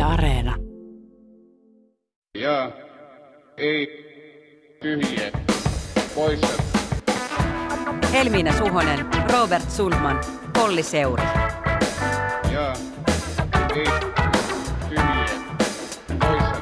Areena. Ja ei tyhjiä poissa. Helmiina Suhonen, Robert Sundman, Olli Seuri. Ja ei tyhjiä poissa.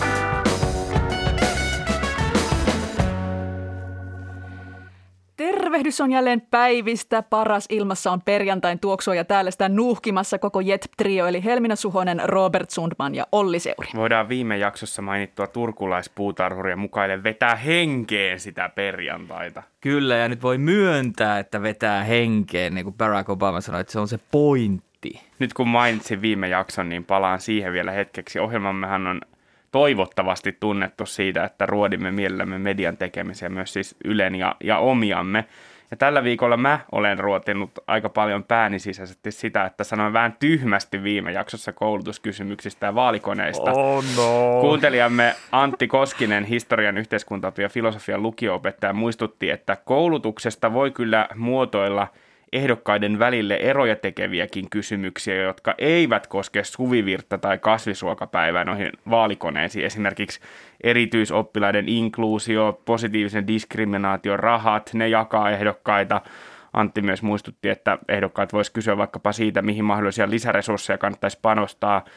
Tervehdys on jälleen päivistä. Paras ilmassa on perjantain tuoksua ja täällä sitä nuuhkimassa koko Jet-trio, eli Helmiina Suhonen, Robert Sundman ja Olli Seuri. Voidaan viime jaksossa mainittua turkulaispuutarhuria mukaille vetää henkeen sitä perjantaita. Kyllä, ja nyt voi myöntää, että vetää henkeen, niin kuin Barack Obama sanoi, että se on se pointti. Nyt kun mainitsin viime jakson, niin palaan siihen vielä hetkeksi. Ohjelmammehan on toivottavasti tunnettu siitä, että ruodimme mielellämme median tekemisiä, myös siis Ylen ja omiamme. Ja tällä viikolla mä olen ruotinut aika paljon pääni sisäisesti sitä, että sanoin vähän tyhmästi viime jaksossa koulutuskysymyksistä ja vaalikoneista. Oh no. Kuuntelijamme Antti Koskinen, historian, yhteiskuntaopin ja filosofian lukio-opettaja, muistutti, että koulutuksesta voi kyllä muotoilla ehdokkaiden välille eroja tekeviäkin kysymyksiä, jotka eivät koske suvivirttä tai kasvisruokapäivää noihin vaalikoneisiin. Esimerkiksi erityisoppilaiden inkluusio, positiivisen diskriminaation rahat, ne jakaa ehdokkaita. Antti myös muistutti, että ehdokkaat vois kysyä vaikkapa siitä, mihin mahdollisia lisäresursseja kannattaisi panostaa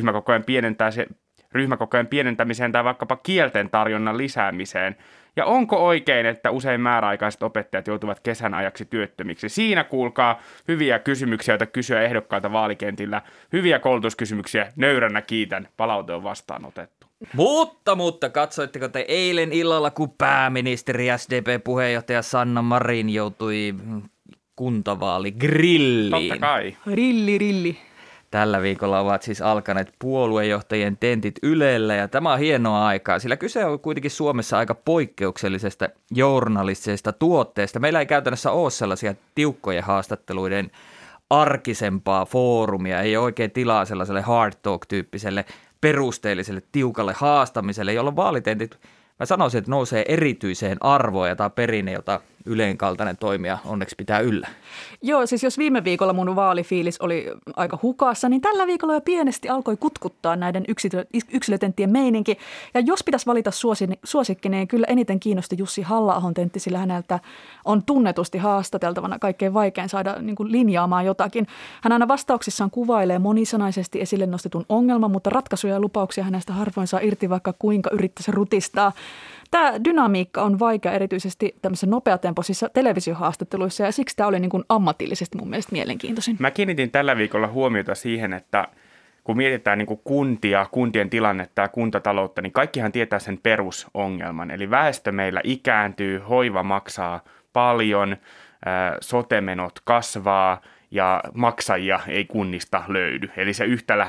ryhmäkokojen pienentämiseen tai vaikkapa kielten tarjonnan lisäämiseen. Ja onko oikein, että usein määräaikaiset opettajat joutuvat kesän ajaksi työttömiksi? Siinä kuulkaa hyviä kysymyksiä, joita kysyä ehdokkailta vaalikentillä. Hyviä koulutuskysymyksiä, nöyränä kiitän, palaute on vastaanotettu. Mutta katsoitteko te eilen illalla, kun pääministeri SDP-puheenjohtaja Sanna Marin joutui kuntavaaligrilliin? Totta kai. Rilli. Tällä viikolla ovat siis alkaneet puoluejohtajien tentit Ylellä ja tämä on hienoa aikaa, sillä kyse on kuitenkin Suomessa aika poikkeuksellisesta journalistisesta tuotteesta. Meillä ei käytännössä ole sellaisia tiukkojen haastatteluiden arkisempaa foorumia, ei ole oikein tilaa sellaiselle hard talk-tyyppiselle perusteelliselle tiukalle haastamiselle, jolloin vaalitentit, mä sanoisin, että nousee erityiseen arvoon ja tämä perinne, jota Ylen kaltainen toimija onneksi pitää yllä. Joo, siis jos viime viikolla mun vaalifiilis oli aika hukassa, niin tällä viikolla jo pienesti alkoi kutkuttaa näiden yksilötenttien meininki. Ja jos pitäisi valita suosikki, niin kyllä eniten kiinnosti Jussi Halla-ahon tentti, sillä häneltä on tunnetusti haastateltavana kaikkein vaikein saada niin kuin linjaamaan jotakin. Hän aina vastauksissaan kuvailee monisanaisesti esille nostetun ongelman, mutta ratkaisuja ja lupauksia hänestä harvoin saa irti, vaikka kuinka yrittäisi rutistaa. Tämä dynamiikka on vaikea erityisesti tämmöisissä nopeatempoisissa televisiohaastatteluissa ja siksi tämä oli niin kuin ammatillisesti mun mielestä mielenkiintoisin. Mä kiinnitin tällä viikolla huomiota siihen, että kun mietitään niin kuin kuntia, kuntien tilannetta ja kuntataloutta, niin kaikkihan tietää sen perusongelman. Eli väestö meillä ikääntyy, hoiva maksaa paljon, sote-menot kasvaa ja maksajia ei kunnista löydy. Eli se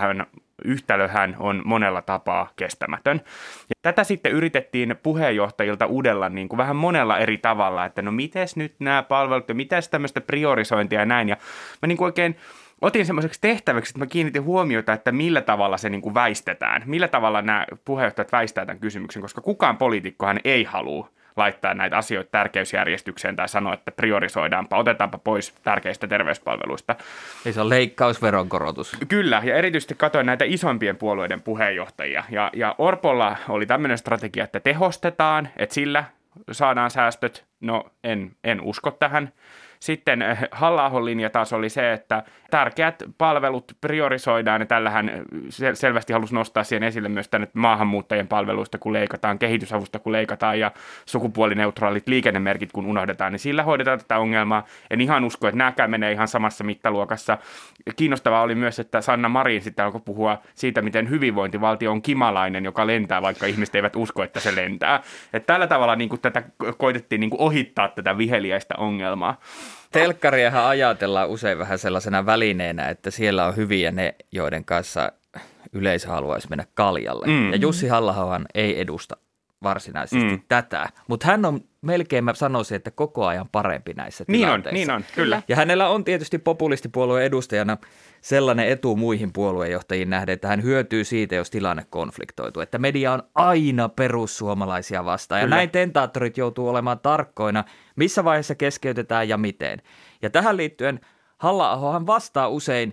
yhtälöhän on monella tapaa kestämätön. Ja tätä sitten yritettiin puheenjohtajilta udella niin kuin vähän monella eri tavalla, että no mites nyt nämä palvelut ja mitäs tämmöistä priorisointia ja näin. Ja mä niin kuin oikein otin semmoiseksi tehtäväksi, että mä kiinnitin huomiota, että millä tavalla se niin kuin väistetään. Millä tavalla nämä puheenjohtajat väistää tämän kysymyksen, koska kukaan poliitikkohan ei halua laittaa näitä asioita tärkeysjärjestykseen tai sanoa, että priorisoidaanpa, otetaanpa pois tärkeistä terveyspalveluista. Ei se on leikkausveronkorotus. Kyllä, ja erityisesti katsoin näitä isompien puolueiden puheenjohtajia. Ja Orpolla oli tämmöinen strategia, että tehostetaan, että sillä saadaan säästöt. No, en usko tähän. Sitten Halla-ahon linja taas oli se, että tärkeät palvelut priorisoidaan, ja tällähän selvästi halusi nostaa siihen esille myös tänne maahanmuuttajien palveluista, kun leikataan, kehitysavusta kun leikataan ja sukupuolineutraalit liikennemerkit kun unohdetaan, niin sillä hoidetaan tätä ongelmaa. En ihan usko, että nämäkään menee ihan samassa mittaluokassa. Kiinnostavaa oli myös, että Sanna Marin sitten alkoi puhua siitä, miten hyvinvointivaltio on kimalainen, joka lentää, vaikka ihmiset eivät usko, että se lentää. Että tällä tavalla niin kuin tätä koitettiin niin kuin ohittaa tätä viheliäistä ongelmaa. Telkkariahan ajatellaan usein vähän sellaisena välineenä, että siellä on hyviä ne, joiden kanssa yleisö haluaisi mennä kaljalle. Ja Jussi Halla-ahohan ei edusta varsinaisesti tätä, mutta hän on melkein, mä sanoisin, että koko ajan parempi näissä tilanteissa. Niin on, kyllä. Ja hänellä on tietysti populistipuolueen edustajana sellainen etu muihin puoluejohtajiin nähden, että hän hyötyy siitä, jos tilanne konfliktoituu. Että media on aina perussuomalaisia vastaan. Ja näin tentaattorit joutuu olemaan tarkkoina, missä vaiheessa keskeytetään ja miten. Ja tähän liittyen Halla-ahohan vastaa usein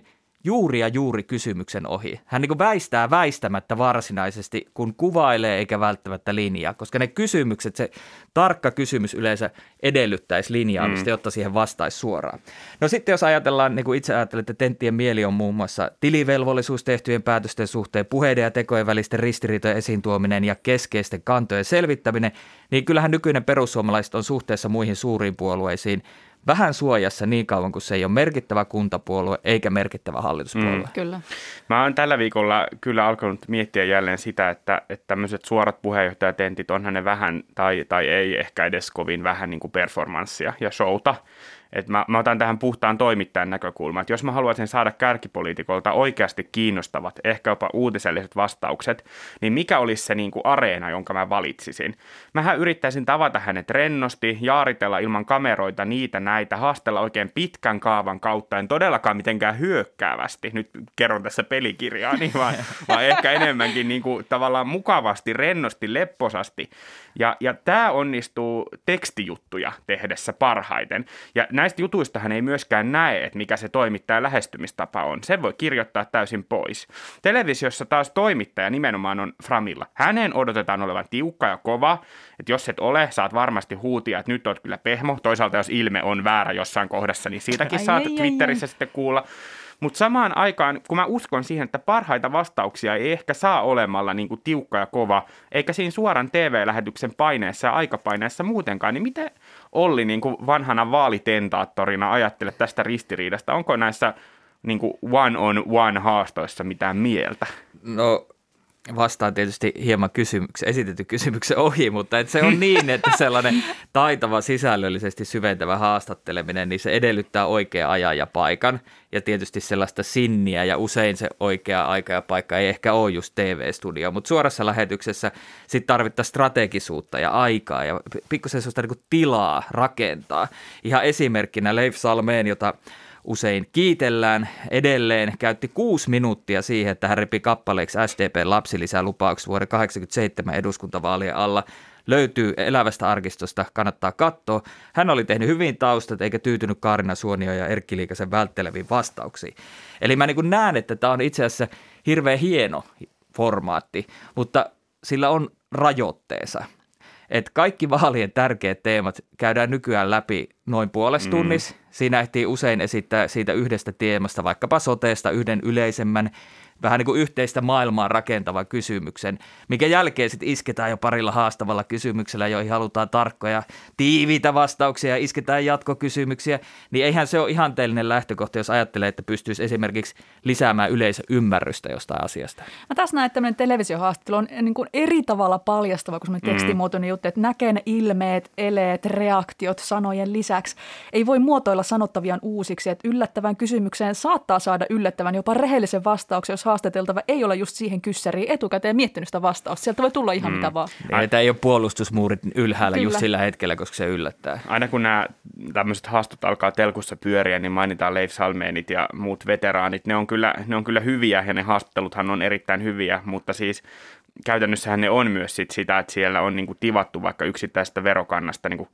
juuri kysymyksen ohi. Hän niin kuin väistää väistämättä varsinaisesti, kun kuvailee eikä välttämättä linjaa, koska ne kysymykset, se tarkka kysymys yleensä edellyttäisi linjaamista, jotta siihen vastaisi suoraan. No sitten jos ajatellaan, niin kuin itse ajattelette, tenttien mieli on muun muassa tilivelvollisuus tehtyjen päätösten suhteen, puheiden ja tekojen välisten ristiriitojen esiin tuominen ja keskeisten kantojen selvittäminen, niin kyllähän nykyinen perussuomalaiset on suhteessa muihin suuriin puolueisiin vähän suojassa niin kauan, kun se ei ole merkittävä kuntapuolue eikä merkittävä hallituspuolue. Kyllä. Mä oon tällä viikolla kyllä alkanut miettiä jälleen sitä, että tämmöiset suorat puheenjohtajatentit, onhan ne vähän tai ei ehkä edes kovin vähän niin kuin performanssia ja showta. Et mä otan tähän puhtaan toimittajan näkökulman, että jos mä haluaisin saada kärkipoliitikolta oikeasti kiinnostavat, ehkä jopa uutiselliset vastaukset, niin mikä olisi se niin kuin areena, jonka mä valitsisin? Mähän yrittäisin tavata hänet rennosti, jaaritella ilman kameroita niitä näitä, haastella oikein pitkän kaavan kautta, en todellakaan mitenkään hyökkäävästi, nyt kerron tässä pelikirjaa, niin vaan ehkä enemmänkin niin kuin tavallaan mukavasti, rennosti, lepposasti. Ja tämä onnistuu tekstijuttuja tehdessä parhaiten. Ja näistä jutuistahan ei myöskään näe, että mikä se toimittajan lähestymistapa on. Sen voi kirjoittaa täysin pois. Televisiossa taas toimittaja nimenomaan on framilla. Hänen odotetaan olevan tiukka ja kova, että jos et ole, saat varmasti huutia, että nyt oot kyllä pehmo. Toisaalta jos ilme on väärä jossain kohdassa, niin siitäkin saat Twitterissä sitten kuulla. Mutta samaan aikaan, kun mä uskon siihen, että parhaita vastauksia ei ehkä saa olemalla niin kuin tiukka ja kova, eikä siinä suoran TV-lähetyksen paineessa ja aikapaineessa muutenkaan, niin miten Olli niin kuin vanhana vaalitentaattorina ajattelet tästä ristiriidasta? Onko näissä niin kuin one-on-one haastoissa mitään mieltä? No vastaan tietysti hieman esitetty kysymyksen ohi, mutta se on niin, että sellainen taitava sisällöllisesti syventävä haastatteleminen, niin se edellyttää oikea ajan ja paikan ja tietysti sellaista sinniä ja usein se oikea aika ja paikka ei ehkä ole just TV-studio, mutta suorassa lähetyksessä sitten tarvittaisiin strategisuutta ja aikaa ja pikkusen sellaista niin kuin tilaa rakentaa. Ihan esimerkkinä Leif Salmén, jota usein kiitellään, edelleen käytti 6 minuuttia siihen, että hän repi kappaleeksi SDP:n lapsilisälupaukset vuoden 1987 eduskuntavaalien alla. Löytyy Elävästä arkistosta, kannattaa katsoa. Hän oli tehnyt hyvin taustat eikä tyytynyt Kaarina Suonio ja Erkki Liikasen vältteleviin vastauksiin. Eli mä niin kuin näen, että tämä on itse asiassa hirveän hieno formaatti, mutta sillä on rajoitteensa. Että kaikki vaalien tärkeät teemat käydään nykyään läpi noin puolessa tunnissa. Siinä ehtii usein esittää siitä yhdestä teemasta, vaikkapa soteesta, yhden yleisemmän, vähän niin kuin yhteistä maailmaa rakentavan kysymyksen, mikä jälkeen sitten isketään jo parilla haastavalla kysymyksellä, joihin halutaan tarkkoja, tiiviitä vastauksia ja isketään jatkokysymyksiä, niin eihän se ole ihanteellinen lähtökohta, jos ajattelee, että pystyisi esimerkiksi lisäämään yleisöymmärrystä jostain asiasta. Mä tässä näen, että tämmöinen televisiohaastattelu on niin kuin eri tavalla paljastava kuin semmoinen tekstimuotoinen juttu, että näkee ne ilmeet, eleet, reaktiot sanojen lisäksi. Ei voi muotoilla sanottaviaan uusiksi, että yllättävän kysymykseen saattaa saada yllättävän jopa rehellisen vastauksen, jos haastateltava ei ole just siihen kyssäriin etukäteen miettinyt sitä vastausta. Sieltä voi tulla ihan mitä vaan. Tämä ei ole puolustusmuurit ylhäällä just sillä hetkellä, koska se yllättää. Aina kun nämä tämmöiset haastot alkaa telkussa pyöriä, niin mainitaan Leif Salménit ja muut veteraanit. Ne on kyllä hyviä ja ne haastatteluthan on erittäin hyviä, mutta siis käytännössähän ne on myös sitä, että siellä on niinku tivattu vaikka yksittäisestä verokannasta niinku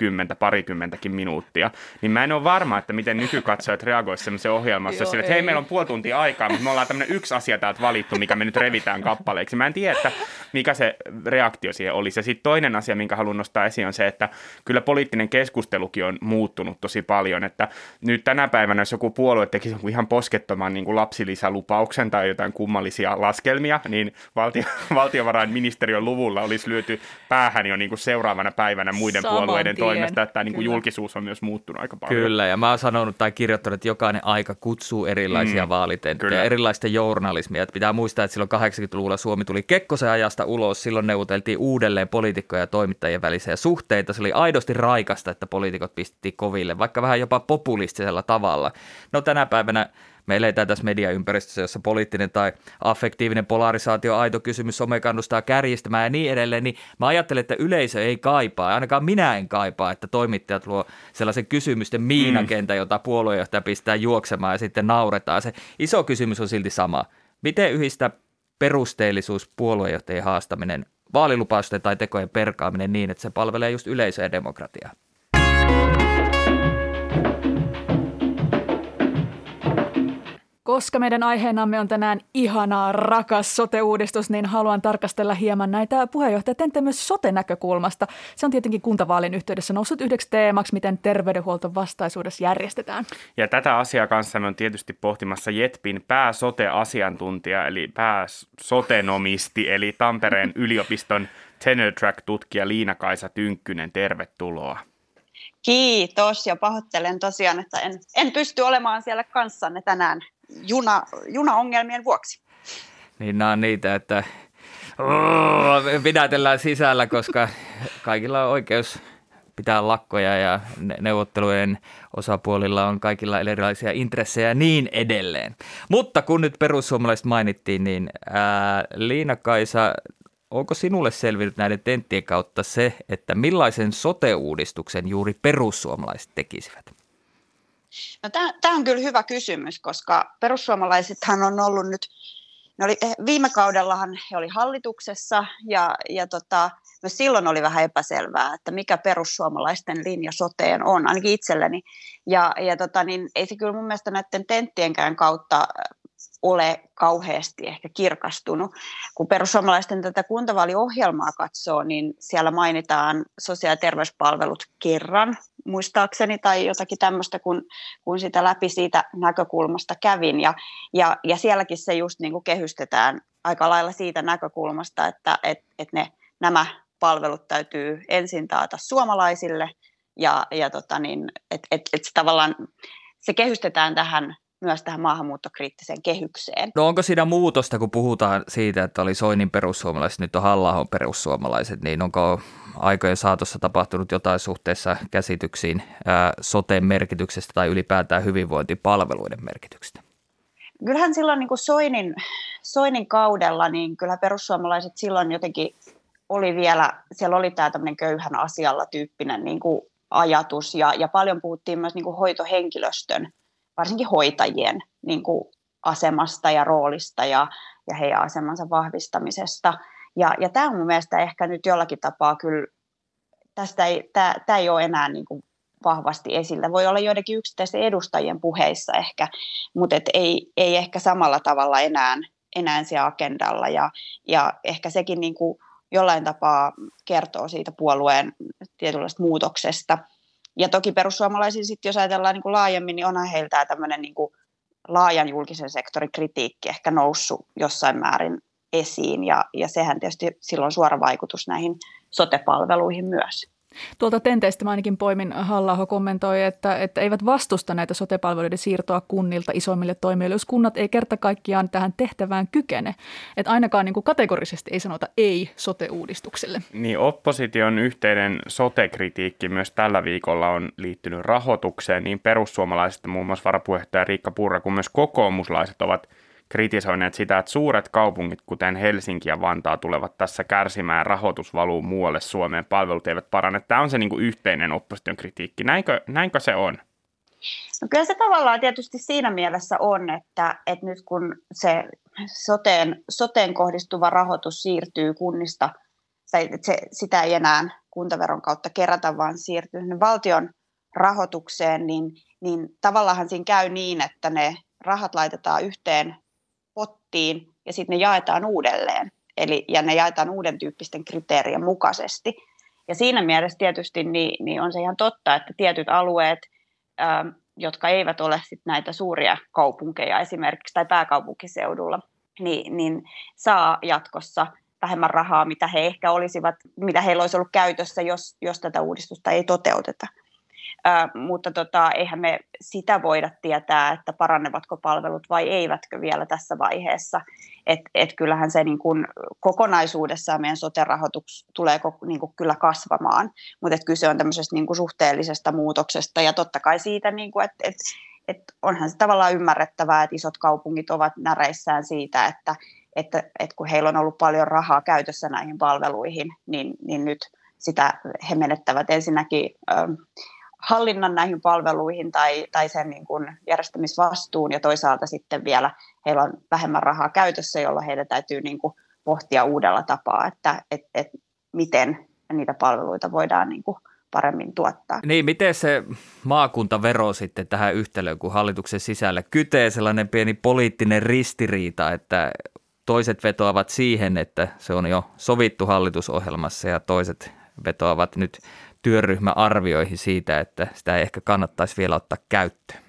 10-20 minuuttia. Niin mä en ole varma, että miten nykykatsojat reagoisivat semmoiseen ohjelmassa sille, että hei, meillä on puoli tuntia aikaa, mutta me ollaan tämmöinen yksi asia täältä valittu, mikä me nyt revitään kappaleiksi. Mä en tiedä, että mikä se reaktio siihen olisi. Ja sitten toinen asia, minkä haluan nostaa esiin, on se, että kyllä poliittinen keskustelukin on muuttunut tosi paljon. Että nyt tänä päivänä, jos joku puolue tekisi ihan poskettoman niin kuin lapsilisälupauksen tai jotain kummallisia laskelmia, niin valtiovarainministeriön luvulla olisi lyöty päähän jo niin kuin seuraavana päivänä muiden puolueiden toimesta, että niin kuin julkisuus on myös muuttunut aika paljon. Kyllä, ja mä oon sanonut tai kirjoittanut, että jokainen aika kutsuu erilaisia vaalitenttejä, erilaista journalismia. Että pitää muistaa, että silloin 80-luvulla Suomi tuli Kekkosen ajasta ulos, silloin neuvoteltiin uudelleen poliitikkojen ja toimittajien välisiä suhteita. Se oli aidosti raikasta, että poliitikot pistettiin koville, vaikka vähän jopa populistisella tavalla. No tänä päivänä me eletään tässä mediaympäristössä, jossa poliittinen tai affektiivinen polarisaatio, aito kysymys, some kannustaa kärjistämään ja niin edelleen, niin mä ajattelen, että yleisö ei kaipaa, ainakaan minä en kaipaa, että toimittajat luo sellaisen kysymysten miinakentän, jota puoluejohtaja pistää juoksemaan ja sitten nauretaan. Se iso kysymys on silti sama. Miten yhdistää perusteellisuus, puoluejohtajien haastaminen, vaalilupausten tai tekojen perkaaminen niin, että se palvelee just yleisöä ja demokratiaa? Koska meidän aiheenamme on tänään ihanaa, rakas sote-uudistus, niin haluan tarkastella hieman näitä puheenjohtaja Tentte myös sote-näkökulmasta. Se on tietenkin kuntavaalin yhteydessä noussut yhdeksi teemaksi, miten terveydenhuolto vastaisuudessa järjestetään. Ja tätä asiaa kanssa me on tietysti pohtimassa JETPin pääsote-asiantuntija, eli pääsotenomisti, eli Tampereen yliopiston tenure track-tutkija Liina-Kaisa Tynkkynen. Tervetuloa. Kiitos ja pahoittelen tosiaan, että en pysty olemaan siellä kanssanne tänään junaongelmien vuoksi. Niin nämä on niitä, että pidätellään sisällä, koska kaikilla on oikeus pitää lakkoja ja neuvottelujen osapuolilla on kaikilla erilaisia intressejä ja niin edelleen. Mutta kun nyt perussuomalaiset mainittiin, niin Liina-Kaisa, onko sinulle selvinnyt näiden tenttien kautta se, että millaisen sote-uudistuksen juuri perussuomalaiset tekisivät? No, tämä on kyllä hyvä kysymys, koska perussuomalaisethan on ollut nyt, viime kaudellahan he oli hallituksessa ja myös silloin oli vähän epäselvää, että mikä perussuomalaisten linja soteen on, ainakin itselleni. Niin ei se kyllä mun mielestä näiden tenttienkään kautta ole kauheasti ehkä kirkastunut. Kun perussuomalaisten tätä kuntavaaliohjelmaa katsoo, niin siellä mainitaan sosiaali- ja terveyspalvelut kerran, muistaakseni, tai jotakin tämmöistä, kun sitä läpi siitä näkökulmasta kävin. Ja sielläkin se just niin kuin kehystetään aika lailla siitä näkökulmasta, että nämä palvelut täytyy ensin taata suomalaisille, että tavallaan se kehystetään myös tähän maahanmuuttokriittiseen kehykseen. No onko siinä muutosta, kun puhutaan siitä, että oli Soinin perussuomalaiset, nyt on Halla-ahon perussuomalaiset, niin onko aikojen saatossa tapahtunut jotain suhteessa käsityksiin soten merkityksestä tai ylipäätään hyvinvointipalveluiden merkityksestä? Kyllähän silloin niin kuin Soinin kaudella, niin kyllä perussuomalaiset silloin jotenkin oli vielä, siellä oli tämä tämmöinen köyhän asialla tyyppinen niin kuin ajatus ja paljon puhuttiin myös niin kuin hoitohenkilöstön, varsinkin hoitajien niin kuin asemasta ja roolista ja heidän asemansa vahvistamisesta. Ja tämä on mun mielestä ehkä nyt jollakin tapaa kyllä, tämä ei ole enää niin kuin vahvasti esillä. Voi olla joidenkin yksittäisten edustajien puheissa ehkä, mutta ei ehkä samalla tavalla enää siellä agendalla. Ja ehkä sekin niin kuin jollain tapaa kertoo siitä puolueen tietynlaista muutoksesta. Ja toki perussuomalaisia sitten, jos ajatellaan niin kuin laajemmin, niin onhan heiltä tämmöinen niin kuin laajan julkisen sektorin kritiikki ehkä noussut jossain määrin esiin. Ja sehän tietysti silloin suora vaikutus näihin sote-palveluihin myös. Tuolta tenteistä mä ainakin poimin, Halla-aho kommentoi, että eivät vastusta näitä sote-palveluiden siirtoa kunnilta isoimmille toimijoille, jos kunnat ei kerta kaikkiaan tähän tehtävään kykene. Että ainakaan niin kuin kategorisesti ei sanota ei sote-uudistukselle. Niin, opposition yhteinen sote-kritiikki myös tällä viikolla on liittynyt rahoitukseen. Niin perussuomalaiset, muun muassa varapuheenjohtaja Riikka Purra, kuin myös kokoomuslaiset ovat kritisoineet sitä, että suuret kaupungit, kuten Helsinki ja Vantaa, tulevat tässä kärsimään, rahoitus valuu muualle Suomeen, palvelut eivät parane. Tämä on se niin kuin yhteinen opposition kritiikki. Näinkö se on? No kyllä se tavallaan tietysti siinä mielessä on, että nyt kun se soteen kohdistuva rahoitus siirtyy kunnista, tai sitä ei enää kuntaveron kautta kerätä, vaan siirtyy valtion rahoitukseen, niin tavallaan siinä käy niin, että ne rahat laitetaan yhteen pottiin ja sitten ne jaetaan uudelleen. Ja ne jaetaan uuden tyyppisten kriteerien mukaisesti. Ja siinä mielessä tietysti niin on se ihan totta, että tietyt alueet, jotka eivät ole sit näitä suuria kaupunkeja esimerkiksi tai pääkaupunkiseudulla, niin saa jatkossa vähemmän rahaa, mitä he ehkä olisivat, mitä heillä olisi ollut käytössä, jos tätä uudistusta ei toteuteta. Mutta eihän me sitä voida tietää, että paranevatko palvelut vai eivätkö vielä tässä vaiheessa. Et kyllähän se niin kuin kokonaisuudessaan meidän sote-rahoitus tulee niin kuin kyllä kasvamaan, mutta kyse on tämmöisestä niin kuin suhteellisesta muutoksesta ja totta kai siitä, niin kuin, että onhan se tavallaan ymmärrettävää, että isot kaupungit ovat näreissään siitä, että kun heillä on ollut paljon rahaa käytössä näihin palveluihin, niin nyt sitä he menettävät ensinnäkin hallinnan näihin palveluihin tai sen niin kuin järjestämisvastuun ja toisaalta sitten vielä heillä on vähemmän rahaa käytössä, jolloin heidän täytyy niin kuin pohtia uudella tapaa, että miten niitä palveluita voidaan niin kuin paremmin tuottaa. Niin, miten se maakuntavero sitten tähän yhtälöön, kun hallituksen sisällä kytee sellainen pieni poliittinen ristiriita, että toiset vetoavat siihen, että se on jo sovittu hallitusohjelmassa ja toiset vetoavat nyt työryhmäarvioihin siitä, että sitä ei ehkä kannattaisi vielä ottaa käyttöön.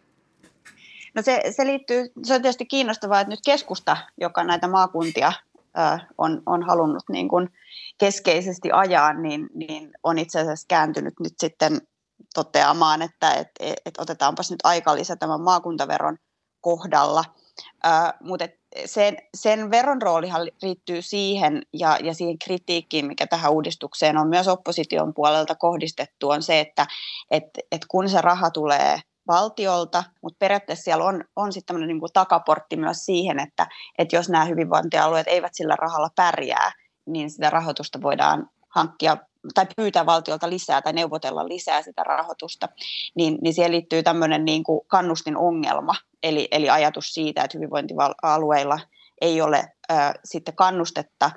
No se on tietysti kiinnostavaa, että nyt keskusta, joka näitä maakuntia on halunnut niin kuin keskeisesti ajaa, niin on itse asiassa kääntynyt nyt sitten toteamaan, että otetaanpas nyt aikalisä tämän maakuntaveron kohdalla. Mutta sen veron roolihan liittyy siihen ja siihen kritiikkiin, mikä tähän uudistukseen on myös opposition puolelta kohdistettu, on se, että kun se raha tulee valtiolta, mutta periaatteessa siellä on sitten tämmöinen niin kuin takaportti myös siihen, että jos nämä hyvinvointialueet eivät sillä rahalla pärjää, niin sitä rahoitusta voidaan hankkia tai pyytää valtiolta lisää tai neuvotella lisää sitä rahoitusta, niin siihen liittyy tämmöinen niin kuin kannustin ongelma, eli ajatus siitä, että hyvinvointialueilla ei ole sitten kannustetta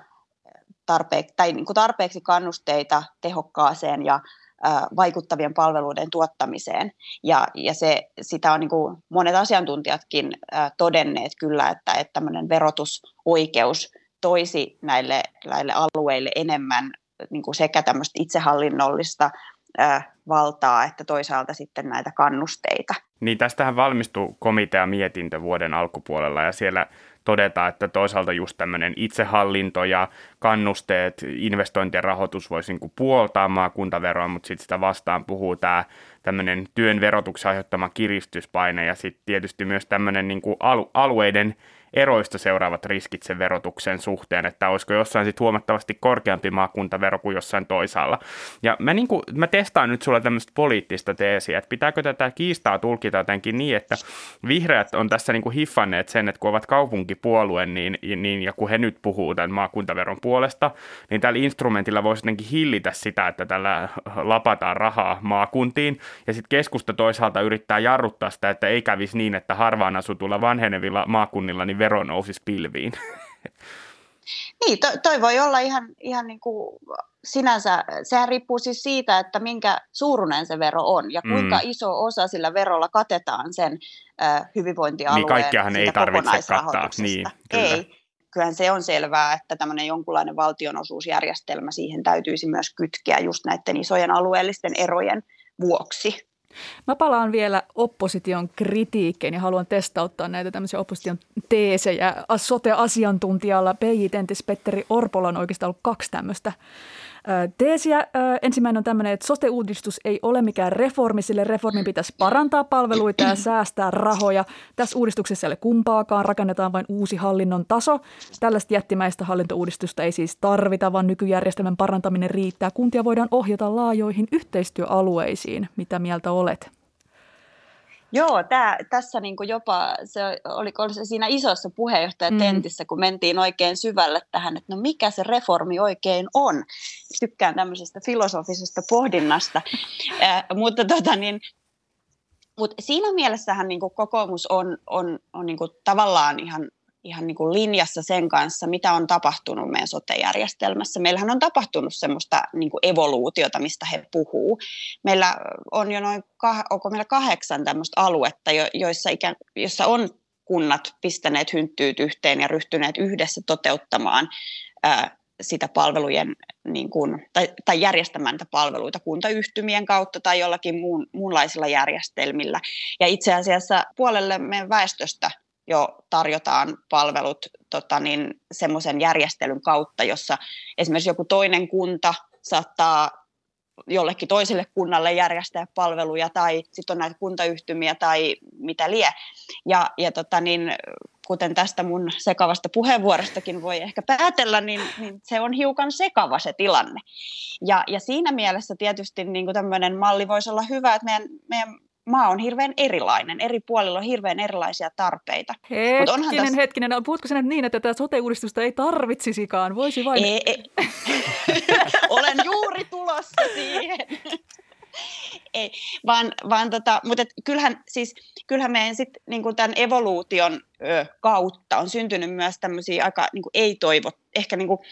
tarpeeksi kannusteita tehokkaaseen ja vaikuttavien palveluiden tuottamiseen. Ja sitä on niin kuin monet asiantuntijatkin todenneet kyllä, että tämmöinen verotusoikeus toisi näille alueille enemmän niin kuin sekä tämmöistä itsehallinnollista valtaa että toisaalta sitten näitä kannusteita. Niin tästähän valmistui komiteamietintö vuoden alkupuolella ja siellä todetaan, että toisaalta just tämmöinen itsehallinto ja kannusteet, investointien rahoitus voisi niin kuin puoltaa maakuntaveroa, mutta sitten sitä vastaan puhuu tämä tämmöinen työn verotuksen aiheuttama kiristyspaine ja sitten tietysti myös tämmöinen niin kuin alueiden eroista seuraavat riskit sen verotuksen suhteen, että olisiko jossain sitten huomattavasti korkeampi maakuntavero kuin jossain toisaalla. Ja mä testaan nyt sulla tämmöistä poliittista teesiä, että pitääkö tätä kiistaa tulkita jotenkin niin, että vihreät on tässä niin kuin hiffanneet sen, että kun ovat kaupunkipuolue, niin ja kun he nyt puhuu tämän maakuntaveron puolesta, niin tällä instrumentilla voisi jotenkin hillitä sitä, että tällä lapataan rahaa maakuntiin, ja sitten keskusta toisaalta yrittää jarruttaa sitä, että ei kävisi niin, että harvaan asutulla vanhenevilla maakunnilla niin vero nousisi pilviin. Niin, toi voi olla ihan niin kuin sinänsä, sehän riippuu siis siitä, että minkä suuruinen se vero on ja kuinka iso osa sillä verolla katetaan sen hyvinvointialueen niin kaikkiahan ei tarvitse kattaa. Niin, kyllä. Ei. Kyllähän se on selvää, että tämmöinen jonkunlainen valtionosuusjärjestelmä siihen täytyisi myös kytkeä just näiden isojen alueellisten erojen vuoksi. Mä palaan vielä opposition kritiikkeen ja haluan testauttaa näitä tämmöisiä opposition teesejä. Sote-asiantuntijalla PJ-tentis Petteri Orpolla on oikeastaan ollut 2 tämmöistä teesiä. Ensimmäinen on tämmöinen, että sote-uudistus ei ole mikään reformi, sille reformin pitäisi parantaa palveluita ja säästää rahoja. Tässä uudistuksessa ei ole kumpaakaan, rakennetaan vain uusi hallinnon taso. Tällaista jättimäistä hallintouudistusta ei siis tarvita, vaan nykyjärjestelmän parantaminen riittää. Kuntia voidaan ohjata laajoihin yhteistyöalueisiin. Mitä mieltä olet? Joo, tässä niin kuin jopa, oliko se siinä isossa puheenjohtajatentissä, kun mentiin oikein syvälle tähän, että no mikä se reformi oikein on. Tykkään tämmöisestä filosofisesta pohdinnasta, mutta siinä mielessähän niin kuin kokoomus on niin kuin tavallaan ihan niin kuin linjassa sen kanssa, mitä on tapahtunut meidän sote-järjestelmässä. Meillähän on tapahtunut semmoista niin kuin evoluutiota, mistä he puhuu. Meillä on jo onko meillä 8 tämmöistä aluetta, joissa on kunnat pistäneet hynttyyt yhteen ja ryhtyneet yhdessä toteuttamaan sitä palvelujen niin kuin, tai järjestämään niitä palveluita kuntayhtymien kautta tai jollakin muunlaisilla järjestelmillä. Ja itse asiassa puolelle meidän väestöstä jo tarjotaan palvelut semmoisen järjestelyn kautta, jossa esimerkiksi joku toinen kunta saattaa jollekin toiselle kunnalle järjestää palveluja tai sitten on näitä kuntayhtymiä tai mitä lie. Ja kuten tästä mun sekavasta puheenvuorostakin voi ehkä päätellä, niin se on hiukan sekava se tilanne. Ja siinä mielessä tietysti niin kuin tämmöinen malli voisi olla hyvä, että meidän maa on hirveän erilainen. Eri puolilla on hirveän erilaisia tarpeita. Hetkinen. Puhutko sinä niin, että tätä sote-uudistusta ei tarvitsisikaan? Voisi vain... Ei. Olen juuri tulossa siihen. Ei, mutta kyllähän meidän sitten niin tämän evoluution kautta on syntynyt myös tämmöisiä aika niin kuin ehkä niin kuin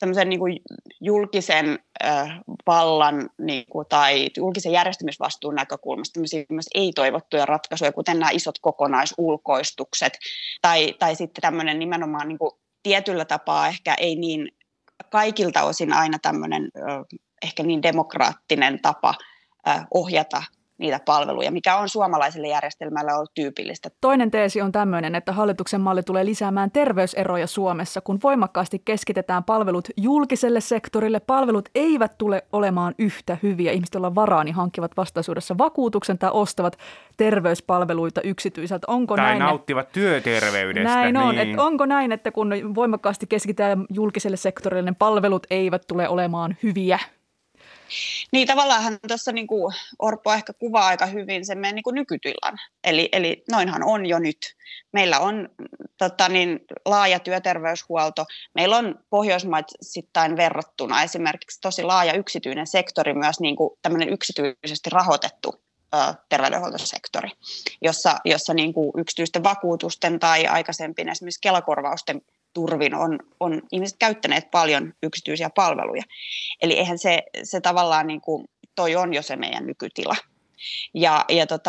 tämmöisen niin kuin julkisen vallan niin kuin, tai julkisen järjestämisvastuun näkökulmasta tämmöisiä ei-toivottuja ratkaisuja, kuten nämä isot kokonaisulkoistukset, tai sitten tämmöinen nimenomaan niin kuin tietyllä tapaa ehkä ei niin kaikilta osin aina tämmöinen ehkä niin demokraattinen tapa ohjata niitä palveluja, mikä on suomalaiselle järjestelmälle ollut tyypillistä. Toinen teesi on tämmöinen, että hallituksen malli tulee lisäämään terveyseroja Suomessa, kun voimakkaasti keskitetään palvelut julkiselle sektorille. Palvelut eivät tule olemaan yhtä hyviä. Ihmiset, joilla on varaa, niin hankkivat vastaisuudessa vakuutuksen tai ostavat terveyspalveluita yksityiseltä. Onko tai näin, nauttivat työterveydestä. Näin on. Niin. Että onko näin, että kun voimakkaasti keskitetään julkiselle sektorille, niin palvelut eivät tule olemaan hyviä? Niin tavallaan tuossa niin kuin Orpo ehkä kuvaa aika hyvin sen meidän niin kuin nykytilan. Eli noinhan on jo nyt. Meillä on laaja työterveyshuolto. Meillä on Pohjoismaisittain verrattuna esimerkiksi tosi laaja yksityinen sektori, myös niin kuin tämmöinen yksityisesti rahoitettu terveydenhuoltosektori, jossa niin kuin yksityisten vakuutusten tai aikaisempien esimerkiksi Kela-korvausten turvin on ihmiset käyttäneet paljon yksityisiä palveluja. Eli eihän se tavallaan, niin kuin, toi on jo se meidän nykytila. Ja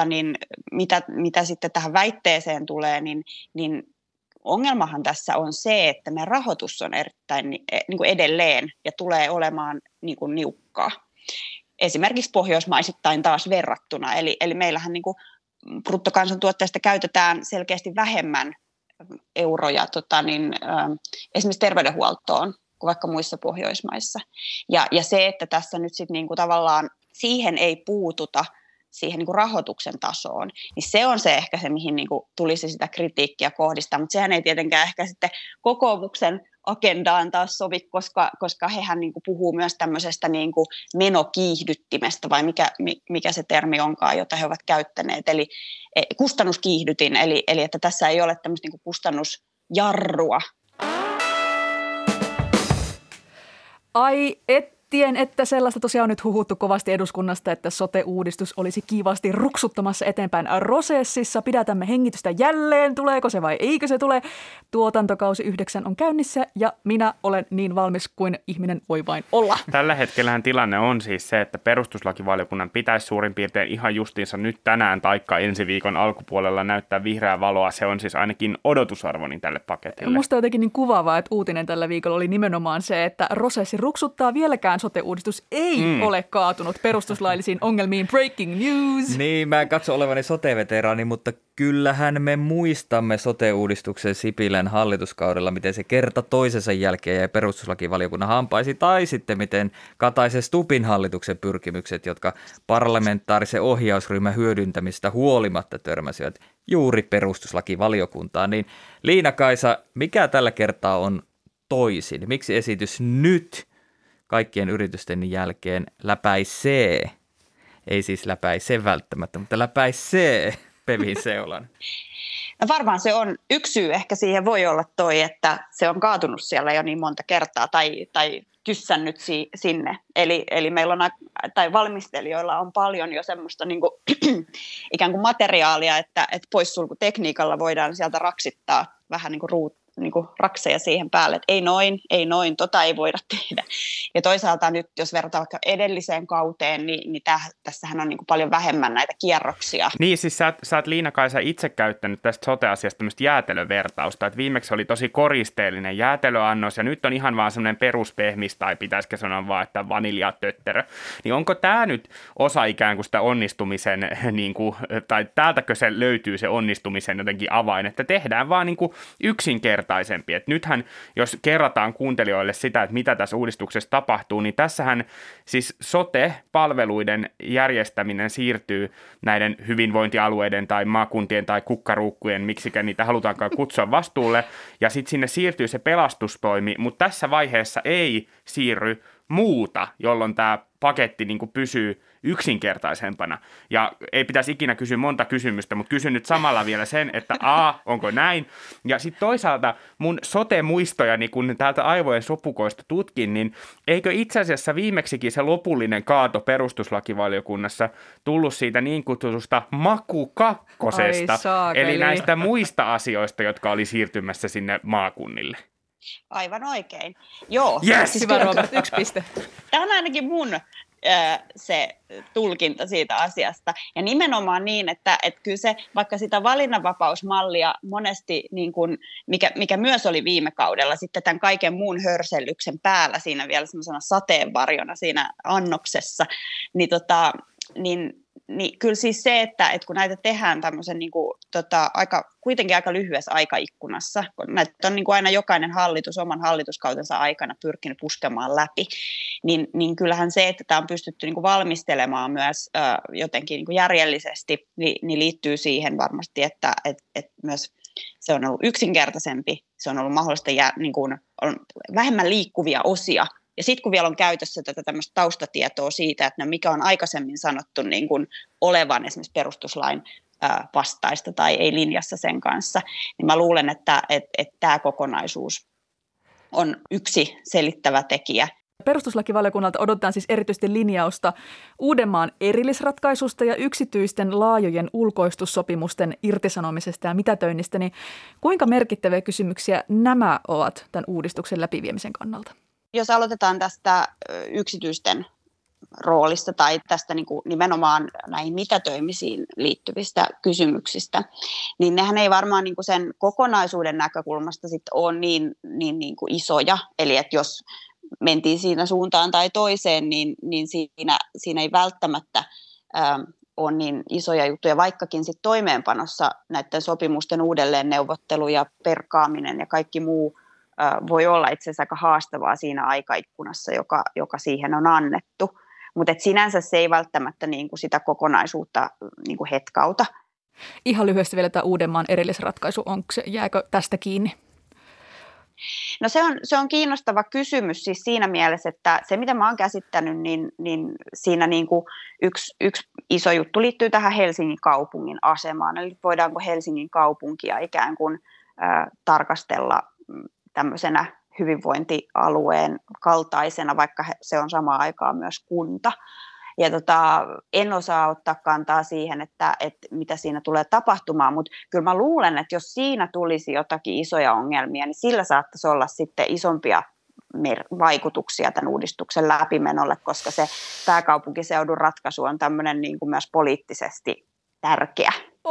mitä sitten tähän väitteeseen tulee, niin ongelmahan tässä on se, että meidän rahoitus on erittäin niin kuin edelleen ja tulee olemaan niin kuin niukkaa. Esimerkiksi pohjoismaisittain taas verrattuna. Eli meillähän niin kuin bruttokansantuotteesta käytetään selkeästi vähemmän euroja esimerkiksi terveydenhuoltoon kuin vaikka muissa Pohjoismaissa. Ja se, että tässä nyt sitten niinku tavallaan siihen ei puututa, siihen niinku rahoituksen tasoon, niin se on se ehkä se, mihin niinku tulisi sitä kritiikkiä kohdistaa, mutta sehän ei tietenkään ehkä sitten kokoomuksen agendaan taas sovi, koska hehän niinku puhuu myös tämmöisestä niinku menokiihdyttimestä, vai mikä se termi onkaan, jota he ovat käyttäneet, eli kustannuskiihdytin, eli että tässä ei ole tämmöistä niinku kustannusjarrua. Ai ettien, että sellaista tosiaan on nyt huhuttu kovasti eduskunnasta, että sote-uudistus olisi kiivasti ruksuttamassa eteenpäin prosessissa. Pidätämme hengitystä jälleen, tuleeko se vai eikö se tule. Tuotantokausi 9 on käynnissä ja minä olen niin valmis kuin ihminen voi vain olla. Tällä hetkellähän tilanne on siis se, että perustuslakivaliokunnan pitäisi suurin piirtein ihan justiinsa nyt tänään taikka ensi viikon alkupuolella näyttää vihreää valoa. Se on siis ainakin odotusarvoni tälle paketille. Musta jotenkin niin kuvaavaa, että uutinen tällä viikolla oli nimenomaan se, että prosessi ruksuttaa, vieläkään sote-uudistus ei ole kaatunut perustuslaillisiin ongelmiin. Breaking news! Niin, mä en katso olevani sote-veteraani, mutta kyllähän me muistamme sote-uudistuksen Sipilän hallituskaudella, miten se kerta toisensa jälkeen jäi perustuslakivaliokunnan hampaisiin, tai sitten miten Kataisen Stubbin hallituksen pyrkimykset, jotka parlamentaarisen ohjausryhmän hyödyntämistä huolimatta törmäsivät juuri perustuslakivaliokuntaan. Niin Liina-Kaisa, mikä tällä kertaa on toisin? Miksi esitys nyt kaikkien yritysten jälkeen läpäisee? Ei siis läpäise välttämättä, mutta läpäisee Pevin seulan. No varmaan se on yksi syy ehkä siihen voi olla toi, että se on kaatunut siellä jo niin monta kertaa tai tyssännyt sinne. Eli meillä on, tai valmistelijoilla on paljon jo semmoista niin kuin, ikään kuin materiaalia, että poissulkutekniikalla voidaan sieltä raksittaa vähän niin kuin rakseja siihen päälle, että ei noin, tota ei voida tehdä. Ja toisaalta nyt, jos verrataan vaikka edelliseen kauteen, niin tässähän on niin kuin paljon vähemmän näitä kierroksia. Niin, siis sä oot Liina-Kaisa itse käyttänyt tästä sote-asiasta tämmöistä jäätelövertausta, että viimeksi oli tosi koristeellinen jäätelöannos, ja nyt on ihan vaan semmoinen peruspehmis, tai pitäisikö sanoa vaan, että vaniljatötterö. Niin onko tämä nyt osa ikään kuin sitä onnistumisen, niin kuin, tai täältäkö se löytyy se onnistumisen jotenkin avain, että tehdään vaan niin kuin yksinkertaisesti. Et nythän, jos kerrataan kuuntelijoille sitä, että mitä tässä uudistuksessa tapahtuu, niin tässähän siis sote-palveluiden järjestäminen siirtyy näiden hyvinvointialueiden tai maakuntien tai kukkaruukkujen, miksikä niitä halutaankaan kutsua vastuulle, ja sitten sinne siirtyy se pelastustoimi, mutta tässä vaiheessa ei siirry muuta, jolloin tämä paketti niin kuin pysyy yksinkertaisempana. Ja ei pitäisi ikinä kysyä monta kysymystä, mutta kysyn nyt samalla vielä sen, että onko näin? Ja sitten toisaalta mun sote-muistojani, kun täältä aivojen sopukoista tutkin, niin eikö itse asiassa viimeksikin se lopullinen kaato perustuslakivaliokunnassa tullut siitä niin kutsutusta makukakkosesta, eli näistä muista asioista, jotka oli siirtymässä sinne maakunnille? Aivan oikein. Joo. Yes! Hyvä Robert, 1 piste. Tämä on ainakin mun se tulkinta siitä asiasta. Ja nimenomaan niin, että kyllä se, vaikka sitä valinnanvapausmallia monesti, niin kuin, mikä myös oli viime kaudella, sitten tämän kaiken muun hörsellyksen päällä siinä vielä semmoisena sateenvarjona siinä annoksessa, niin kyllä siis se, että kun näitä tehdään tämmöisen niin kuin, kuitenkin aika lyhyessä aikaikkunassa, kun näitä on niin kuin aina jokainen hallitus oman hallituskautensa aikana pyrkinyt puskemaan läpi, niin kyllähän se, että tämä on pystytty niin kuin valmistelemaan myös jotenkin niin kuin järjellisesti, niin liittyy siihen varmasti, että myös se on ollut yksinkertaisempi, se on ollut mahdollista niin kuin, on vähemmän liikkuvia osia. Ja sitten kun vielä on käytössä tätä tämmöistä taustatietoa siitä, että mikä on aikaisemmin sanottu niin kuin olevan esimerkiksi perustuslain vastaista tai ei linjassa sen kanssa, niin mä luulen, että tämä kokonaisuus on yksi selittävä tekijä. Perustuslakivaliokunnalta odotetaan siis erityisesti linjausta Uudenmaan erillisratkaisusta ja yksityisten laajojen ulkoistussopimusten irtisanomisesta ja mitätöinnistä. Niin kuinka merkittäviä kysymyksiä nämä ovat tämän uudistuksen läpiviemisen kannalta? Jos aloitetaan tästä yksityisten roolista tai tästä niin kuin nimenomaan näihin mitätöimisiin liittyvistä kysymyksistä, niin nehän ei varmaan niin kuin sen kokonaisuuden näkökulmasta sit ole niin kuin isoja. Eli että jos mentiin siinä suuntaan tai toiseen, niin siinä ei välttämättä ole niin isoja juttuja, vaikkakin sit toimeenpanossa näiden sopimusten uudelleen neuvottelu ja perkaaminen ja kaikki muu voi olla itse asiassa aika haastavaa siinä aikaikkunassa, joka siihen on annettu. Mutta sinänsä se ei välttämättä niinku sitä kokonaisuutta niinku hetkauta. Ihan lyhyesti vielä tämä Uudenmaan erillisratkaisu, jääkö tästä kiinni? No se on kiinnostava kysymys siis siinä mielessä, että se mitä mä oon käsittänyt, niin siinä niinku yksi iso juttu liittyy tähän Helsingin kaupungin asemaan. Eli voidaanko Helsingin kaupunkia ikään kuin tarkastella tämmöisenä hyvinvointialueen kaltaisena, vaikka se on samaan aikaan myös kunta. Ja en osaa ottaa kantaa siihen, että mitä siinä tulee tapahtumaan, mutta kyllä mä luulen, että jos siinä tulisi jotakin isoja ongelmia, niin sillä saattaisi olla sitten isompia vaikutuksia tämän uudistuksen läpimenolle, koska se pääkaupunkiseudun ratkaisu on tämmöinen niin kuin myös poliittisesti tärkeä.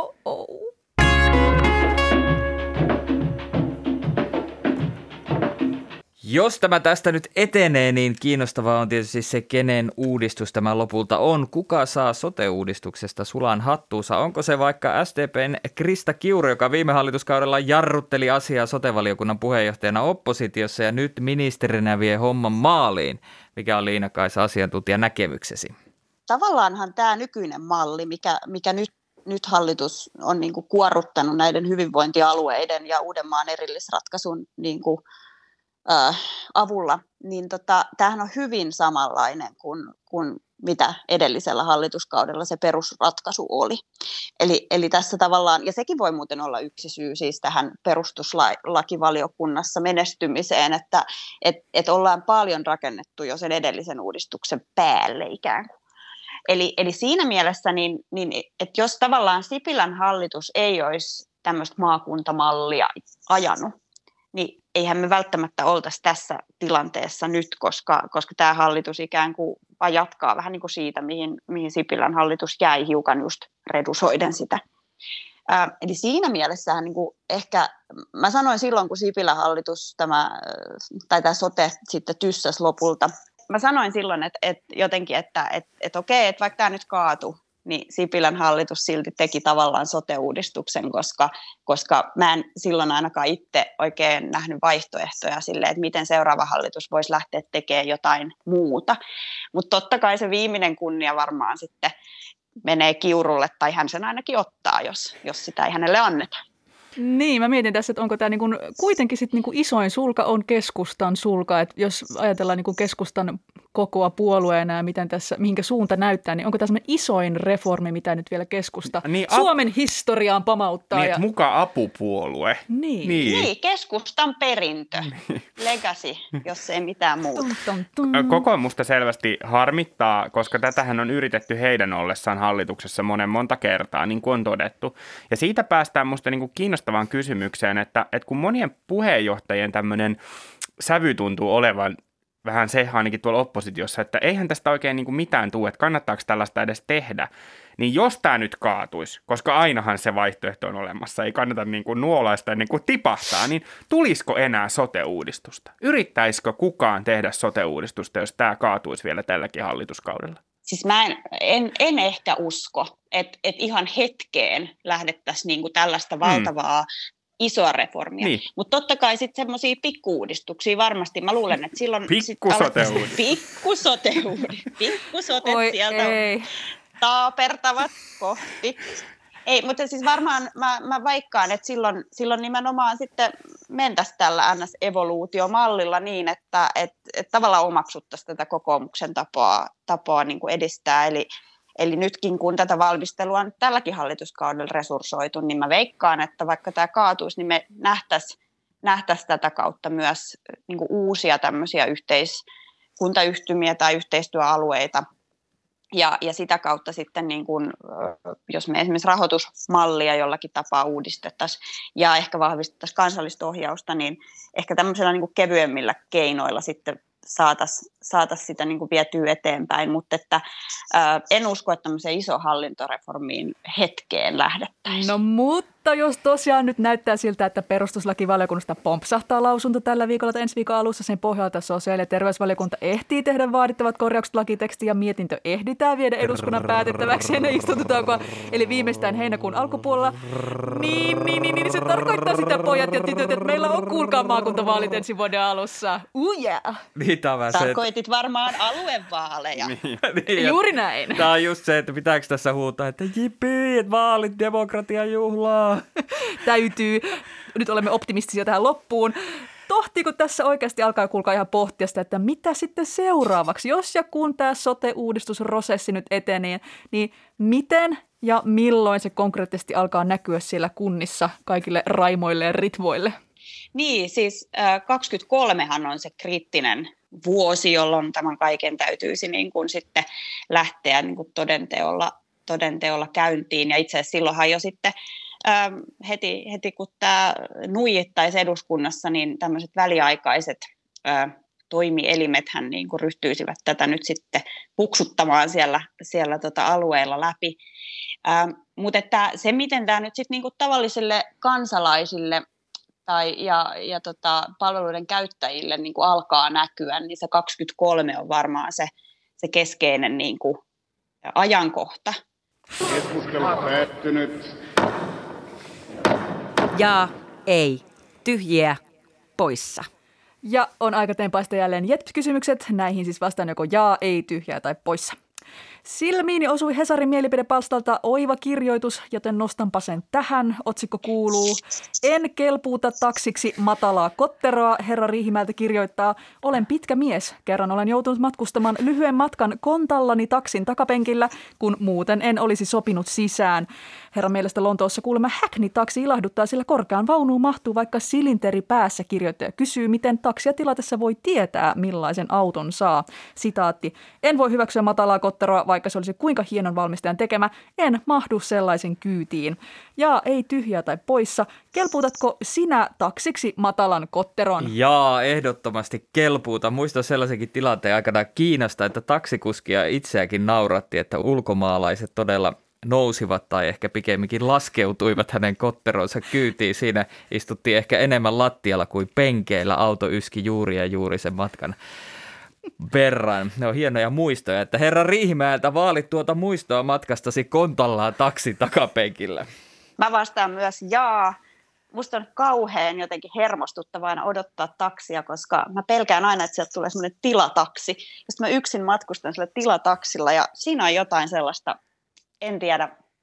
Jos tämä tästä nyt etenee, niin kiinnostavaa on tietysti se, kenen uudistus tämä lopulta on. Kuka saa sote-uudistuksesta sulan hattuunsa? Onko se vaikka SDP:n Krista Kiuru, joka viime hallituskaudella jarrutteli asiaa sote-valiokunnan puheenjohtajana oppositiossa ja nyt ministerinä vie homman maaliin? Mikä on Liina-Kaisa asiantuntijan näkemyksesi? Tavallaanhan tämä nykyinen malli, mikä nyt hallitus on niin kuin kuorruttanut näiden hyvinvointialueiden ja Uudenmaan erillisratkaisun niin kuin avulla, niin tämähän on hyvin samanlainen kuin mitä edellisellä hallituskaudella se perusratkaisu oli. Eli tässä tavallaan, ja sekin voi muuten olla yksi syy siis tähän perustuslakivaliokunnassa menestymiseen, että ollaan paljon rakennettu jo sen edellisen uudistuksen päälle ikään kuin. Eli siinä mielessä, niin että jos tavallaan Sipilän hallitus ei olisi tämmöistä maakuntamallia ajanut, niin eihän me välttämättä oltaisi tässä tilanteessa nyt, koska tämä hallitus ikään kuin vaan jatkaa vähän niin kuin siitä, mihin Sipilän hallitus jäi hiukan just redusoiden sitä. Eli siinä mielessähän niin kuin ehkä, mä sanoin silloin, kun Sipilän hallitus tämä sote sitten tyssäsi lopulta, mä sanoin silloin, että jotenkin, että okei, että vaikka tämä nyt kaatui, niin Sipilän hallitus silti teki tavallaan sote-uudistuksen, koska mä en silloin ainakaan itse oikein nähnyt vaihtoehtoja sille, että miten seuraava hallitus voisi lähteä tekemään jotain muuta. Mutta totta kai se viimeinen kunnia varmaan sitten menee Kiurulle, tai hän sen ainakin ottaa, jos sitä ei hänelle anneta. Niin, mä mietin tässä, että onko tämä niinku, kuitenkin sit niinku isoin sulka on keskustan sulka, että jos ajatellaan niinku keskustan kokoa puolueena ja miten tässä, mihinkä suunta näyttää, niin onko tämä semmoinen isoin reformi, mitä nyt vielä keskusta Suomen historiaan pamauttaa? Niin, muka apupuolue. Niin, keskustan perintö, legacy, jos ei mitään muuta. Kokoomusta selvästi harmittaa, koska tätähän on yritetty heidän ollessaan hallituksessa monta kertaa, niin kuin on todettu. Ja siitä päästään musta niin kuin kiinnostavaan kysymykseen, että kun monien puheenjohtajien tämmöinen sävy tuntuu olevan vähän se ainakin tuolla oppositiossa, että eihän tästä oikein niin kuin mitään tule, että kannattaako tällaista edes tehdä, niin jos tämä nyt kaatuisi, koska ainahan se vaihtoehto on olemassa, ei kannata niin kuin nuolaista ennen kuin tipahtaa, niin tulisiko enää sote-uudistusta? Yrittäisikö kukaan tehdä sote-uudistusta, jos tämä kaatuisi vielä tälläkin hallituskaudella? Siis mä en ehkä usko, että ihan hetkeen lähdettäisiin niinku tällaista valtavaa isoa reformia. Niin. Mutta totta kai sitten semmoisia pikku-uudistuksia varmasti. Mä luulen, että silloin... Pikkusote-uudistus. Pikkusotet sieltä taapertavat kohti. Ei, mutta siis varmaan mä veikkaan, että silloin nimenomaan sitten mentäisiin tällä NS-evoluutiomallilla niin, että tavallaan omaksuttaisiin tätä kokoomuksen tapaa niin kuin edistää. Eli nytkin kun tätä valmistelua on tälläkin hallituskaudella resurssoitu, niin mä veikkaan, että vaikka tämä kaatuisi, niin me nähtäisiin tätä kautta myös niin kuin uusia tämmöisiä yhteiskuntayhtymiä tai yhteistyöalueita. Ja sitä kautta sitten, niin kun, jos me esimerkiksi rahoitusmallia jollakin tapaa uudistettaisiin ja ehkä vahvistettaisiin kansallista ohjausta, niin ehkä tämmöisellä niin kuin kevyemmillä keinoilla sitten saataisiin sitä niin kuin vietyä eteenpäin, mutta en usko, että tämmöiseen iso hallintoreformiin hetkeen lähdettäisiin. No mutta jos tosiaan nyt näyttää siltä, että perustuslakivaliokunnasta pompsahtaa lausunto tällä viikolla tai ensi viikon alussa, sen pohjalta sosiaali- ja terveysvaliokunta ehtii tehdä vaadittavat korjaukset lakitekstiin ja mietintö ehditään viedä eduskunnan päätettäväksi ennen istuntotaukoa, eli viimeistään heinäkuun alkupuolella, niin se tarkoittaa sitä, pojat ja tytöt, että meillä on kuulkaa maakuntavaalit ensi vuoden alussa. Yeah. Tarkoitit varmaan aluevaaleja. Niin, juuri näin. Tämä on just se, että pitääkö tässä huutaa, että jipii, että vaalit, demokratian juhlaa. Täytyy. Nyt olemme optimistisia tähän loppuun. Tohtiiko tässä oikeasti alkaa kuulkaa ihan pohtia sitä, että mitä sitten seuraavaksi? Jos ja kun tämä sote-uudistusprosessi nyt etenee, niin miten ja milloin se konkreettisesti alkaa näkyä siellä kunnissa kaikille raimoille ja ritvoille? Niin, siis 23han on se kriittinen vuosi, jolloin tämän kaiken täytyisi niin kuin sitten lähteä niin kuin todenteolla käyntiin. Ja itse asiassa silloinhan jo sitten heti kun tämä nuijittaisi eduskunnassa, niin tämmöiset väliaikaiset toimielimethän niin kuin ryhtyisivät tätä nyt sitten puksuttamaan siellä alueella läpi. Mutta että se, miten tämä nyt sitten niin kuin tavallisille kansalaisille ja palveluiden käyttäjille niin kuin alkaa näkyä, niin se 23 on varmaan se keskeinen niin kuin ajankohta. Keskustelu on päättynyt. Jaa, ei, tyhjiä, poissa. Ja on aika tempaista jälleen JETP-kysymykset. Näihin siis vastaan joko jaa, ei, tyhjää tai poissa. Silmiini osui Hesarin mielipidepalstalta oiva kirjoitus, joten nostanpa sen tähän. Otsikko kuuluu: En kelpuuta taksiksi matalaa kotteroa. Herra Riihimäeltä kirjoittaa: Olen pitkä mies. Kerran olen joutunut matkustamaan lyhyen matkan kontallani taksin takapenkillä, kun muuten en olisi sopinut sisään. Herran mielestä Lontoossa kuulemma Hackney-taksi ilahduttaa, sillä korkeaan vaunuun mahtuu vaikka silinteri päässä. Kirjoittaja kysyy, miten taksia tilatessa voi tietää, millaisen auton saa. Sitaatti: En voi hyväksyä matalaa kotteroa, vaikka se olisi kuinka hienon valmistajan tekemä, en mahdu sellaisen kyytiin. Ja ei tyhjää tai poissa. Kelpuutatko sinä taksiksi matalan kotteron? Jaa, ehdottomasti kelpuuta. Muistan sellaisenkin tilanteen aikana Kiinasta, että taksikuskia itseäkin nauratti, että ulkomaalaiset todella nousivat tai ehkä pikemminkin laskeutuivat hänen kotteronsa kyytiin. Siinä istuttiin ehkä enemmän lattialla kuin penkeillä. Auto yski juuri ja juuri sen matkan verran. Ne on hienoja muistoja, että herra Riihimäeltä vaalit tuota muistoa matkastasi kontallaan taksin takapenkillä. Mä vastaan myös jaa. Musta on kauhean jotenkin hermostuttavaa aina odottaa taksia, koska mä pelkään aina, että sieltä tulee semmoinen tilataksi. Ja sitten mä yksin matkustan sillä tilataksilla ja siinä on jotain sellaista, en tiedä,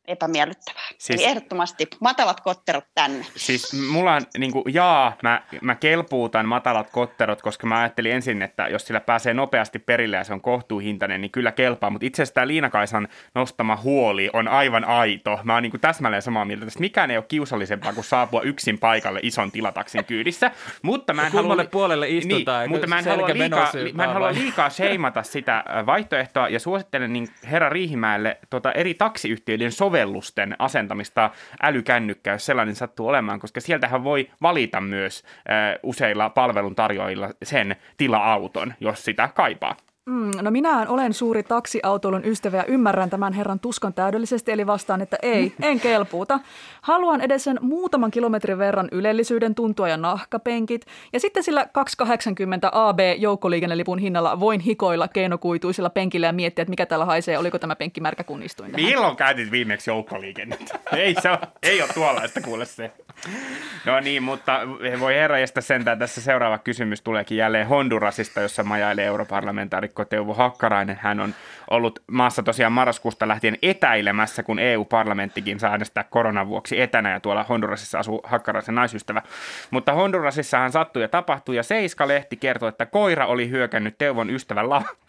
epämiellyttävää. Siis, eli ehdottomasti matalat kotterot tänne. Siis mulla on mä kelpuutan matalat kotterot, koska mä ajattelin ensin, että jos sillä pääsee nopeasti perille ja se on kohtuuhintainen, niin kyllä kelpaa. Mutta itse asiassa tämä Liina-Kaisan nostama huoli on aivan aito. Mä oon täsmälleen samaa mieltä, että mikään ei ole kiusallisempaa kuin saapua yksin paikalle ison tilataksin kyydissä. Mutta mä en puolelle istutaan. Niin, mutta mä en halua liikaa sheimata sitä vaihtoehtoa ja suosittelen herra Riihimäelle eri taksiyhtiöiden sovellusten asentamista älykännykkää, jos sellainen sattuu olemaan, koska sieltähän voi valita myös useilla palveluntarjoajilla sen tila-auton, jos sitä kaipaa. No minä olen suuri taksiautoilun ystävä ja ymmärrän tämän herran tuskan täydellisesti, eli vastaan, että ei, en kelpuuta. Haluan edes sen muutaman kilometrin verran ylellisyyden tuntua ja nahkapenkit. Ja sitten sillä 2,80 AB joukkoliikennelipun hinnalla voin hikoilla keinokuituisilla penkillä ja miettiä, että mikä täällä haisee, oliko tämä penkki märkä kun istuin tähän. Milloin käytit viimeksi joukkoliikennettä? ei ole tuollaista kuule se. No niin, mutta voi herrajesta sentään. Tässä seuraava kysymys tuleekin jälleen Hondurasista, jossa majailee europarlamentaarikko Teuvo Hakkarainen. Hän on ollut maassa tosiaan marraskuusta lähtien etäilemässä, kun EU-parlamenttikin saa äänestää koronan vuoksi etänä, ja tuolla Hondurasissa asuu Hakkaraisen naisystävä. Mutta Hondurasissahan sattui ja tapahtui, ja Seiska-lehti kertoi, että koira oli hyökännyt Teuvon ystävän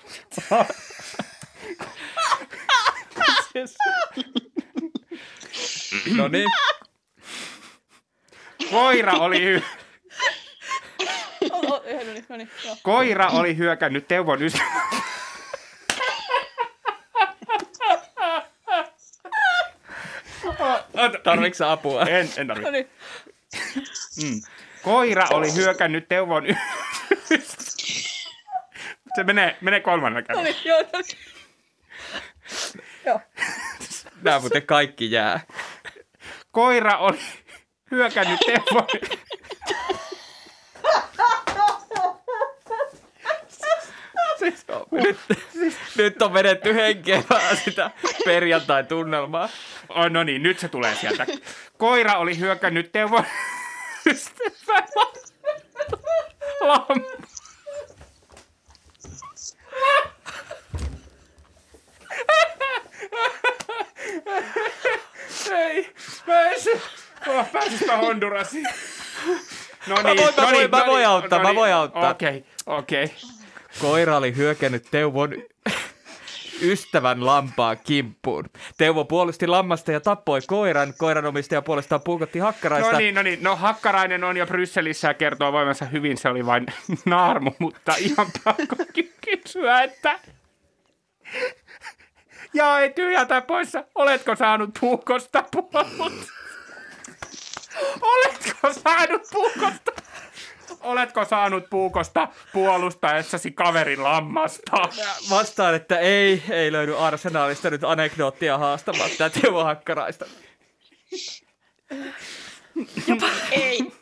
No niin. Koira oli hyökännyt Teuvon ystävän. Tarvitsetko apua? En tarvitse. Koira oli hyökännyt Teuvon Se menee kolmannella kädellä. Joo. Nämä muuten kaikki jää. Koira oli hyökännyt Teuvon Nyt on vedetty henkeä vähän sitä perjantai-tunnelmaa. No niin, nyt se tulee sieltä. Koira oli hyökännyt Teuvon ystävän Ei, pääsispä Hondurasiin. Mä voin auttaa. Okei. Koira oli hyökännyt Teuvon ystävän lampaan kimppuun. Teuvo puolusti lammasta ja tappoi koiran. Koiranomistaja puolestaan puukotti Hakkaraista. No niin. No Hakkarainen on jo Brysselissä ja kertoo voimansa hyvin. Se oli vain naarmu, mutta ihan pakko kysyä, että... Ja ei tyhjältä poissa. Oletko saanut puukosta Oletko saanut puukosta puolustaessasi kaverin lammasta? Vastaan, että ei löydy arsenaalista nyt anekdoottia haastamaan tätä Teuvo Hakkaraista. Ei.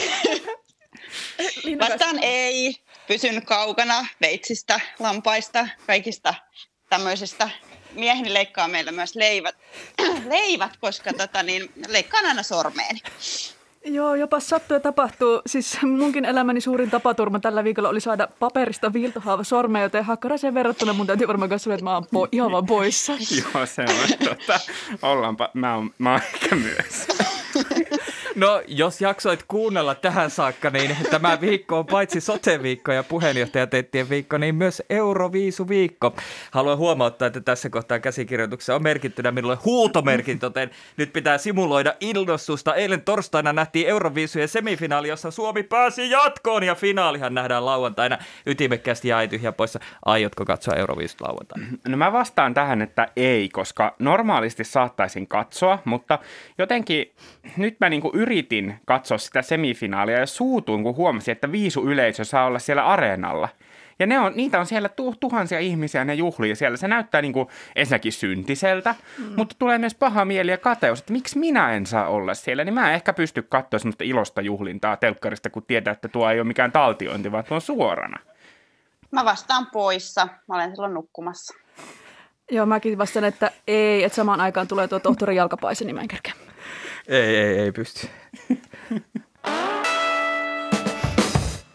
Vastaan ei. Pysyn kaukana veitsistä, lampaista, kaikista tämmöisistä. Mieheni leikkaa meillä myös leivät, koska leikkaan aina sormeeni. Joo, jopa sattuu ja tapahtuu. Siis munkin elämäni suurin tapaturma tällä viikolla oli saada paperista viiltohaava sormea, joten Hakkaraiseen verrattuna mun täytyy varmaan katsoa, että mä oon ihan vaan poissa. Joo, se on. Mä oon ehkä myös. No, jos jaksoit kuunnella tähän saakka, niin tämä viikko on paitsi sote-viikko ja puheenjohtajateittien viikko, niin myös Euroviisu-viikko. Haluan huomauttaa, että tässä kohtaa käsikirjoituksessa on merkittynä minulle huutomerkintä, joten nyt pitää simuloida innostusta. Eilen torstaina nähtiin Euroviisujen semifinaali, jossa Suomi pääsi jatkoon, ja finaalihan nähdään lauantaina. Ytimekkäästi ja ei tyhjä poissa. Aiotko katsoa Euroviisut lauantaina? No mä vastaan tähän, että ei, koska normaalisti saattaisin katsoa, mutta jotenkin nyt mä yritin katsoa sitä semifinaalia ja suutuin, kun huomasin, että viisuyleisö saa olla siellä areenalla. Ja niitä on siellä tuhansia ihmisiä, ne juhlii siellä. Se näyttää ensinnäkin syntiseltä, mutta tulee myös paha mieli ja kateus, että miksi minä en saa olla siellä. Niin mä en ehkä pysty katsoa semmoista ilosta juhlintaa telkkarista, kun tietää, että tuo ei ole mikään taltiointi, vaan tuo on suorana. Mä vastaan poissa. Mä olen silloin nukkumassa. Joo, mäkin vastaan, että ei, että samaan aikaan tulee tuo tohtori Jalkapaisen nimen kerkeä. Ei pysty.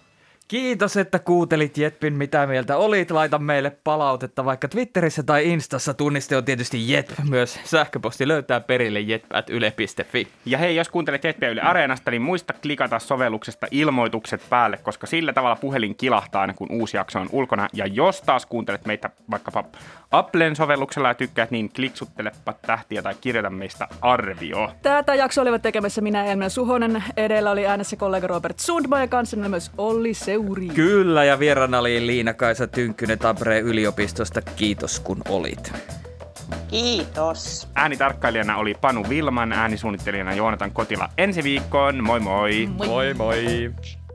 Kiitos, että kuuntelit Jetpin Mitä mieltä olit. Laita meille palautetta vaikka Twitterissä tai Instassa. Tunniste on tietysti Jetp. Myös sähköposti löytää perille jetp@yle.fi. Ja hei, jos kuuntelet Jetpiä Yle Areenasta, niin muista klikata sovelluksesta ilmoitukset päälle, koska sillä tavalla puhelin kilahtaa aina, kun uusi jakso on ulkona. Ja jos taas kuuntelet meitä vaikkapa Applen sovelluksella ja tykkäät, niin kliksuttelepa tähtiä tai kirjoita meistä arvio. Tätä jaksoa olivat tekemässä minä Elmel Suhonen. Edellä oli äänessä kollega Robert Sundman ja kanssani myös Olli Seuri. Kyllä, ja vieraana oli Liina-Kaisa Tynkkynen Tampereen yliopistosta. Kiitos kun olit. Kiitos. Äänitarkkailijana oli Panu Vilman, äänisuunnittelijana Joonatan Kotila. Ensi viikkoon, moi moi! Moi moi!